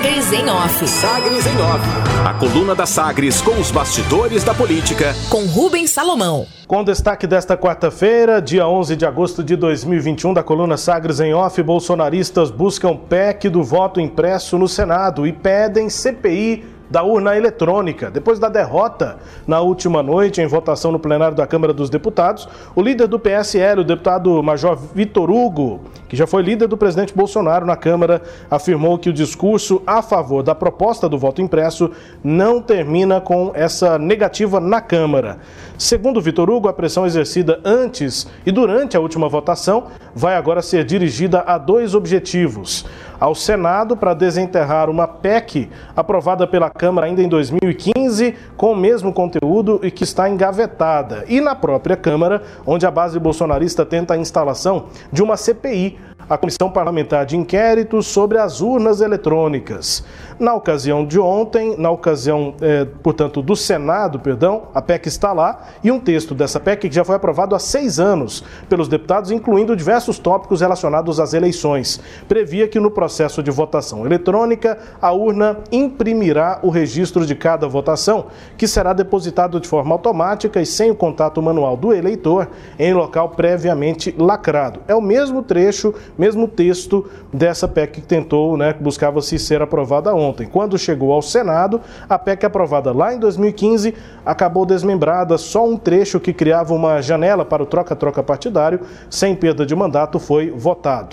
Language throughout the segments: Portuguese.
Sagres em Off. Sagres em Off. A coluna da Sagres com os bastidores da política. Com Rubens Salomão. Com destaque desta quarta-feira, dia 11 de agosto de 2021, da coluna Sagres em Off, bolsonaristas buscam PEC do voto impresso no Senado e pedem CPI da urna eletrônica. Depois da derrota na última noite em votação no plenário da Câmara dos Deputados, o líder do PSL, o deputado Major Vitor Hugo, que já foi líder do presidente Bolsonaro na Câmara, afirmou que o discurso a favor da proposta do voto impresso não termina com essa negativa na Câmara. Segundo Vitor Hugo, a pressão exercida antes e durante a última votação vai agora ser dirigida a dois objetivos: ao Senado, para desenterrar uma PEC aprovada pela Câmara ainda em 2015, com o mesmo conteúdo e que está engavetada, e na própria Câmara, onde a base bolsonarista tenta a instalação de uma CPI, a Comissão Parlamentar de Inquérito sobre as urnas eletrônicas. Na ocasião de ontem, portanto, do Senado, a PEC está lá, e um texto dessa PEC que já foi aprovado há 6 anos pelos deputados, incluindo diversos tópicos relacionados às eleições. Previa que no processo de votação eletrônica, a urna imprimirá o registro de cada votação, que será depositado de forma automática e sem o contato manual do eleitor em local previamente lacrado. É o mesmo trecho, mesmo texto dessa PEC que tentou, que buscava-se ser aprovada ontem. Quando chegou ao Senado, a PEC aprovada lá em 2015 acabou desmembrada, só um trecho que criava uma janela para o troca-troca partidário, sem perda de mandato, foi votado.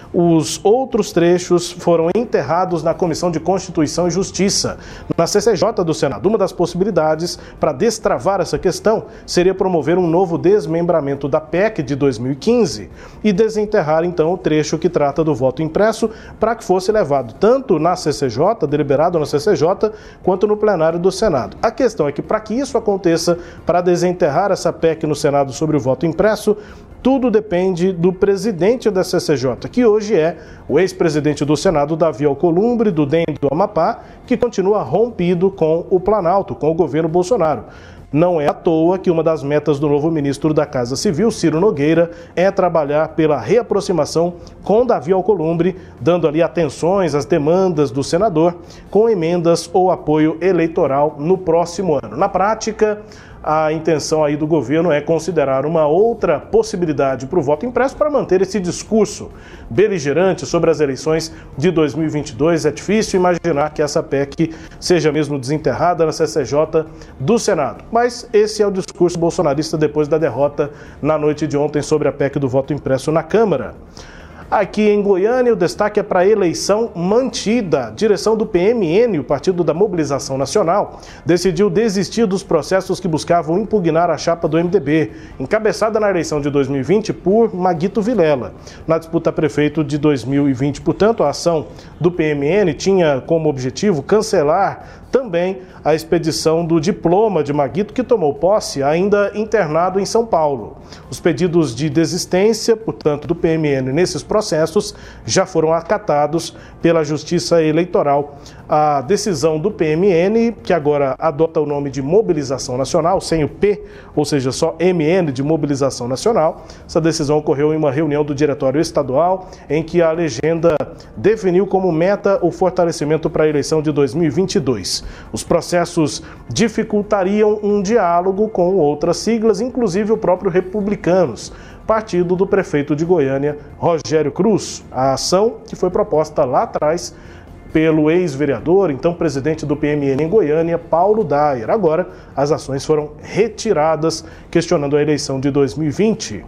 Os outros trechos foram enterrados na Comissão de Constituição e Justiça, na CCJ do Senado. Uma das possibilidades para destravar essa questão seria promover um novo desmembramento da PEC de 2015 e desenterrar, então, o trecho que trata do voto impresso para que fosse levado tanto na CCJ, deliberado na CCJ, quanto no plenário do Senado. A questão é que, para que isso aconteça, para desenterrar essa PEC no Senado sobre o voto impresso, tudo depende do presidente da CCJ, que hoje é o ex-presidente do Senado, Davi Alcolumbre, do DEM do Amapá, que continua rompido com o Planalto, com o governo Bolsonaro. Não é à toa que uma das metas do novo ministro da Casa Civil, Ciro Nogueira, é trabalhar pela reaproximação com Davi Alcolumbre, dando ali atenções às demandas do senador, com emendas ou apoio eleitoral no próximo ano. Na prática, a intenção aí do governo é considerar uma outra possibilidade para o voto impresso para manter esse discurso beligerante sobre as eleições de 2022. É difícil imaginar que essa PEC seja mesmo desenterrada na CCJ do Senado. Mas esse é o discurso bolsonarista depois da derrota na noite de ontem sobre a PEC do voto impresso na Câmara. Aqui em Goiânia, o destaque é para a eleição mantida. A direção do PMN, o Partido da Mobilização Nacional, decidiu desistir dos processos que buscavam impugnar a chapa do MDB, encabeçada na eleição de 2020 por Maguito Vilela, na disputa a prefeito de 2020. Portanto, a ação do PMN tinha como objetivo cancelar também a expedição do diploma de Maguito, que tomou posse ainda internado em São Paulo. Os pedidos de desistência, portanto, do PMN nesses processos já foram acatados pela Justiça Eleitoral. A decisão do PMN, que agora adota o nome de Mobilização Nacional, sem o P, ou seja, só MN de Mobilização Nacional, essa decisão ocorreu em uma reunião do Diretório Estadual, em que a legenda definiu como meta o fortalecimento para a eleição de 2022. Os processos dificultariam um diálogo com outras siglas, inclusive o próprio Republicanos, partido do prefeito de Goiânia, Rogério Cruz. A ação que foi proposta lá atrás pelo ex-vereador, então presidente do PMN em Goiânia, Paulo Dyer. Agora, as ações foram retiradas, questionando a eleição de 2020.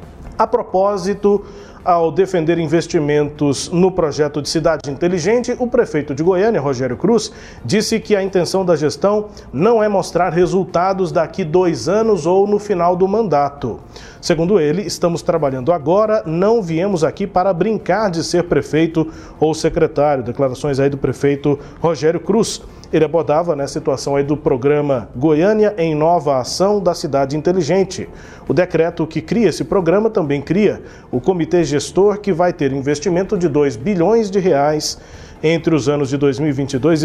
A propósito, ao defender investimentos no projeto de Cidade Inteligente, o prefeito de Goiânia, Rogério Cruz, disse que a intenção da gestão não é mostrar resultados daqui 2 anos ou no final do mandato. Segundo ele, estamos trabalhando agora, não viemos aqui para brincar de ser prefeito ou secretário. Declarações aí do prefeito Rogério Cruz. Ele abordava, situação aí do programa Goiânia em Nova Ação da Cidade Inteligente. O decreto que cria esse programa também cria o comitê gestor, que vai ter investimento de R$2 bilhões entre os anos de 2022 e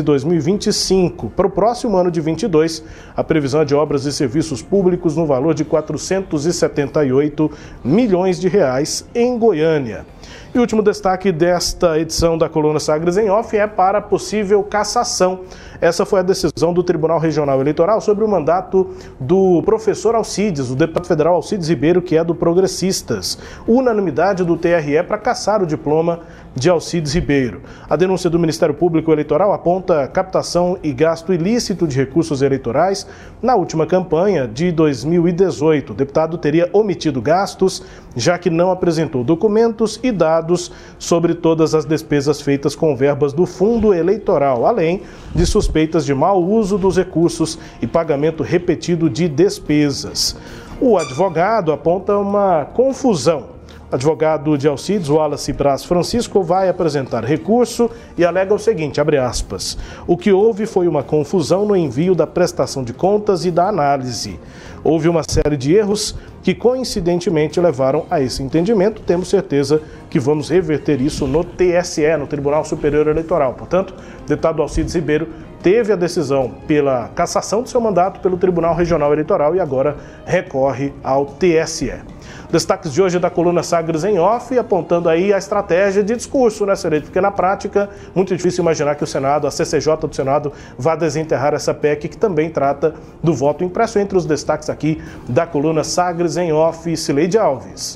2025. Para o próximo ano de 2022, a previsão é de obras e serviços públicos no valor de R$478 milhões em Goiânia. E o último destaque desta edição da Coluna Sagres em Off é para a possível cassação. Essa foi a decisão do Tribunal Regional Eleitoral sobre o mandato do professor Alcides, o deputado federal Alcides Ribeiro, que é do Progressistas. Unanimidade do TRE para cassar o diploma de Alcides Ribeiro. A denúncia do Ministério Público Eleitoral aponta captação e gasto ilícito de recursos eleitorais na última campanha de 2018. O deputado teria omitido gastos, já que não apresentou documentos e dados sobre todas as despesas feitas com verbas do fundo eleitoral, além de suspeitas de mau uso dos recursos e pagamento repetido de despesas. O advogado aponta uma confusão. O advogado de Alcides, Wallace Braz Francisco, vai apresentar recurso e alega o seguinte, abre aspas, o que houve foi uma confusão no envio da prestação de contas e da análise. Houve uma série de erros que coincidentemente levaram a esse entendimento. Temos certeza que vamos reverter isso no TSE, no Tribunal Superior Eleitoral. Portanto, o deputado Alcides Ribeiro teve a decisão pela cassação do seu mandato pelo Tribunal Regional Eleitoral e agora recorre ao TSE. Destaques de hoje da Coluna Sagres em Off, apontando aí a estratégia de discurso, né, Serete? Porque na prática, muito difícil imaginar que o Senado, a CCJ do Senado, vá desenterrar essa PEC que também trata do voto impresso. Entre os destaques aqui da Coluna Sagres em Off, Cileide Alves.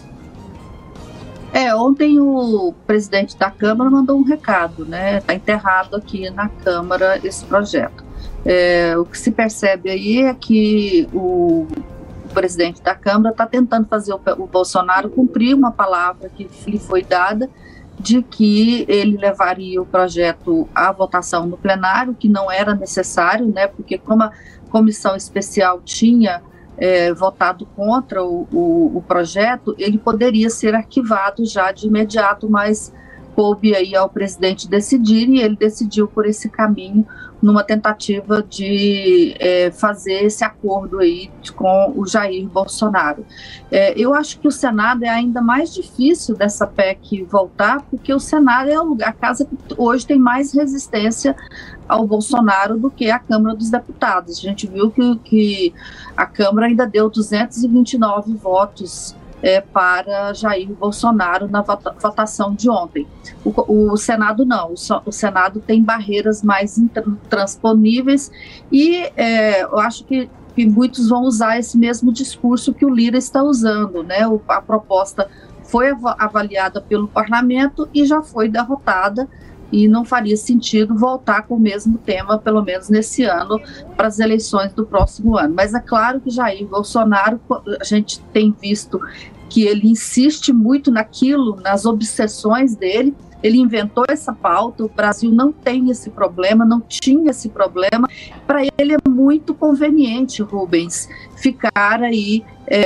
Ontem o presidente da Câmara mandou um recado, né? Está enterrado aqui na Câmara esse projeto. O que se percebe aí é que o presidente da Câmara está tentando fazer o Bolsonaro cumprir uma palavra que lhe foi dada de que ele levaria o projeto à votação no plenário, que não era necessário, né? Porque como a comissão especial tinha votado contra o projeto, ele poderia ser arquivado já de imediato, mas coube aí ao presidente decidir e ele decidiu por esse caminho numa tentativa de fazer esse acordo aí com o Jair Bolsonaro. Eu acho que o Senado é ainda mais difícil dessa PEC voltar, porque o Senado é o lugar, a casa que hoje tem mais resistência ao Bolsonaro do que a Câmara dos Deputados. A gente viu que a Câmara ainda deu 229 votos para Jair Bolsonaro na votação de ontem. O Senado não, o Senado tem barreiras mais intransponíveis e eu acho que muitos vão usar esse mesmo discurso que o Lira está usando, né? A proposta foi avaliada pelo parlamento e já foi derrotada e não faria sentido voltar com o mesmo tema, pelo menos nesse ano, para as eleições do próximo ano. Mas é claro que Jair Bolsonaro, a gente tem visto que ele insiste muito naquilo, nas obsessões dele. Ele inventou essa pauta, o Brasil não tem esse problema, não tinha esse problema. Para ele é muito conveniente, Rubens, ficar aí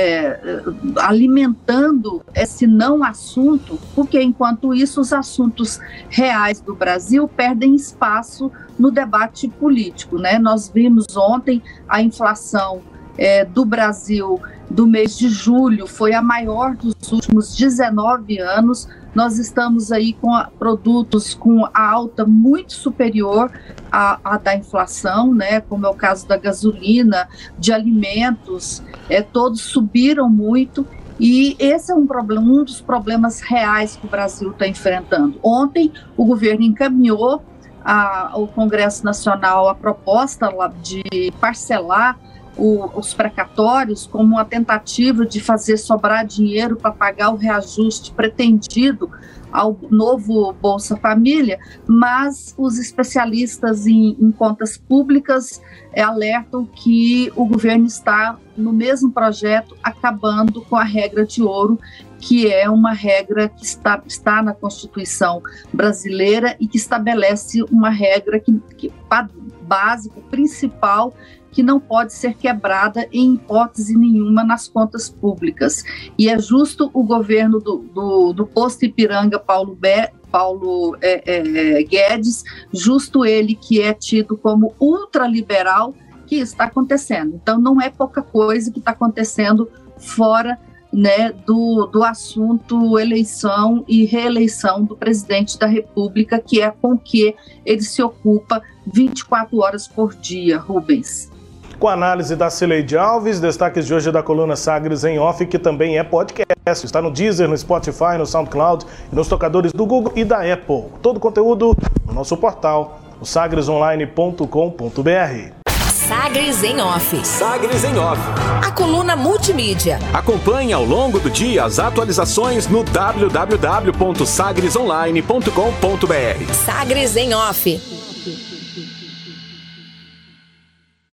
alimentando esse não assunto, porque enquanto isso os assuntos reais do Brasil perdem espaço no debate político, né? Nós vimos ontem a inflação do Brasil do mês de julho foi a maior dos últimos 19 anos. Nós estamos aí com produtos com a alta muito superior à da inflação, né? Como é o caso da gasolina, de alimentos, todos subiram muito. E esse é um dos problemas reais que o Brasil está enfrentando. Ontem, o governo encaminhou ao Congresso Nacional a proposta de parcelar os precatórios como uma tentativa de fazer sobrar dinheiro para pagar o reajuste pretendido ao novo Bolsa Família, mas os especialistas em contas públicas alertam que o governo está, no mesmo projeto, acabando com a regra de ouro, que é uma regra que está na Constituição brasileira e que estabelece uma regra básica, principal, que não pode ser quebrada em hipótese nenhuma nas contas públicas. E é justo o governo do posto Ipiranga, Paulo Guedes, justo ele que é tido como ultraliberal, que está acontecendo. Então não é pouca coisa que está acontecendo fora, né, do assunto eleição e reeleição do presidente da República, que é com que ele se ocupa 24 horas por dia, Rubens. com a análise da Cileide Alves. Destaques de hoje da coluna Sagres em Off, que também é podcast. Está no Deezer, no Spotify, no SoundCloud e nos tocadores do Google e da Apple. Todo o conteúdo no nosso portal, o sagresonline.com.br. Sagres em Off. Sagres em Off. A coluna multimídia. Acompanhe ao longo do dia as atualizações no www.sagresonline.com.br. Sagres em Off.